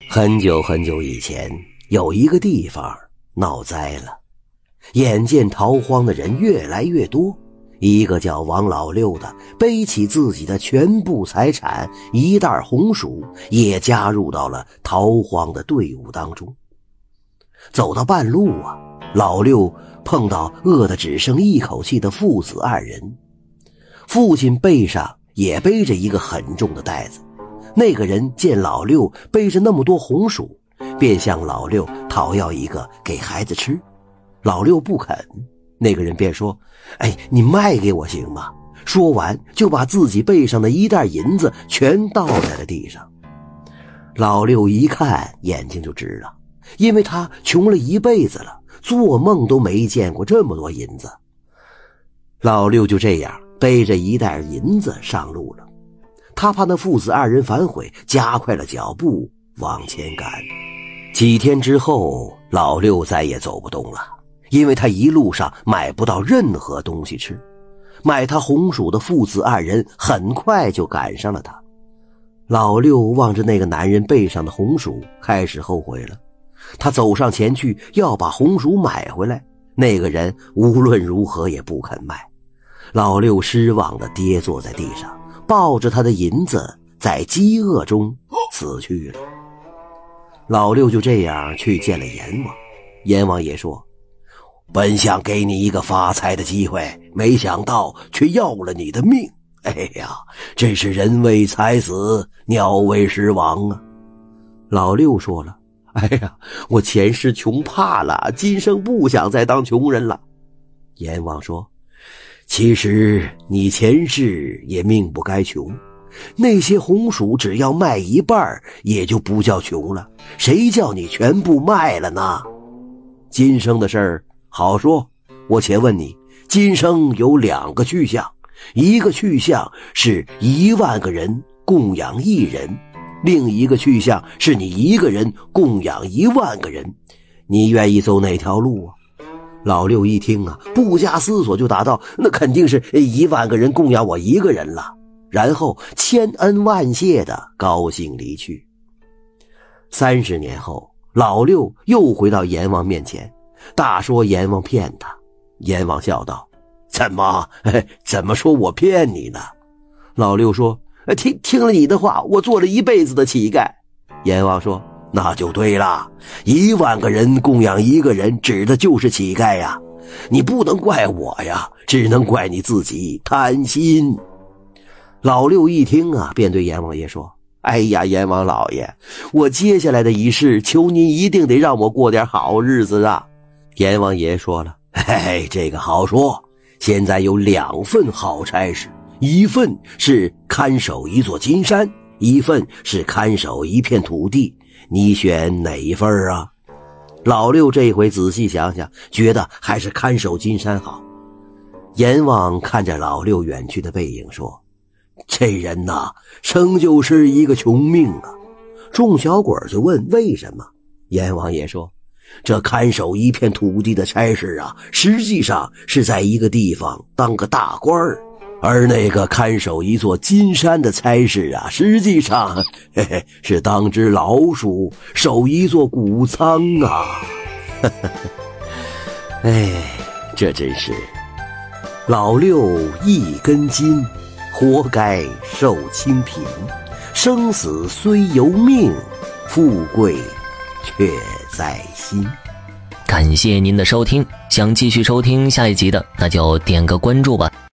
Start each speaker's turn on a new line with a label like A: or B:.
A: 很久很久以前，有一个地方闹灾了，眼见逃荒的人越来越多，一个叫王老六的背起自己的全部财产一袋红薯，也加入到了逃荒的队伍当中。走到半路啊，老六碰到饿得只剩一口气的父子二人，父亲背上也背着一个很重的袋子。那个人见老六背着那么多红薯，便向老六讨要一个给孩子吃。老六不肯，那个人便说：你卖给我行吗？说完就把自己背上的一袋银子全倒在了地上。老六一看眼睛就直了，因为他穷了一辈子了，做梦都没见过这么多银子。老六就这样背着一袋银子上路了。他怕那父子二人反悔，加快了脚步往前赶。几天之后，老六再也走不动了，因为他一路上买不到任何东西吃。买他红薯的父子二人很快就赶上了他。老六望着那个男人背上的红薯，开始后悔了。他走上前去要把红薯买回来，那个人无论如何也不肯卖。老六失望地跌坐在地上，抱着他的银子在饥饿中死去了。老六就这样去见了阎王，阎王爷说：本想给你一个发财的机会，没想到却要了你的命。真是人为财死，鸟为食亡啊。老六说了：我前世穷怕了，今生不想再当穷人了。阎王说：其实你前世也命不该穷，那些红薯只要卖一半也就不叫穷了，谁叫你全部卖了呢？今生的事儿好说，我且问你，今生有两个去向，一个去向是10000个人供养1人，另一个去向是你一个人供养10000个人，你愿意走哪条路啊？老六一听啊，不加思索就答道：那肯定是10000个人供养我一个人了。然后千恩万谢的高兴离去。30年后，老六又回到阎王面前，大说阎王骗他。阎王笑道：怎么说我骗你呢？老六说：听了你的话，我做了一辈子的乞丐。阎王说：那就对了，10000个人供养一个人，指的就是乞丐呀。你不能怪我呀，只能怪你自己贪心。老六一听啊，便对阎王爷说：阎王老爷，我接下来的一世，求您一定得让我过点好日子啊。阎王爷说了：这个好说，现在有2份好差事，一份是看守一座金山，一份是看守一片土地，你选哪一份啊？老六这回仔细想想，觉得还是看守金山好。阎王看着老六远去的背影说：这人呐，生就是一个穷命啊。众小鬼就问为什么？阎王爷说：这看守一片土地的差事啊，实际上是在一个地方当个大官儿，而那个看守一座金山的差事啊，实际上是当只老鼠，守一座谷仓啊。这真是老六一根筋，活该受清贫，生死虽由命，富贵却在心。
B: 感谢您的收听，想继续收听下一集的，那就点个关注吧。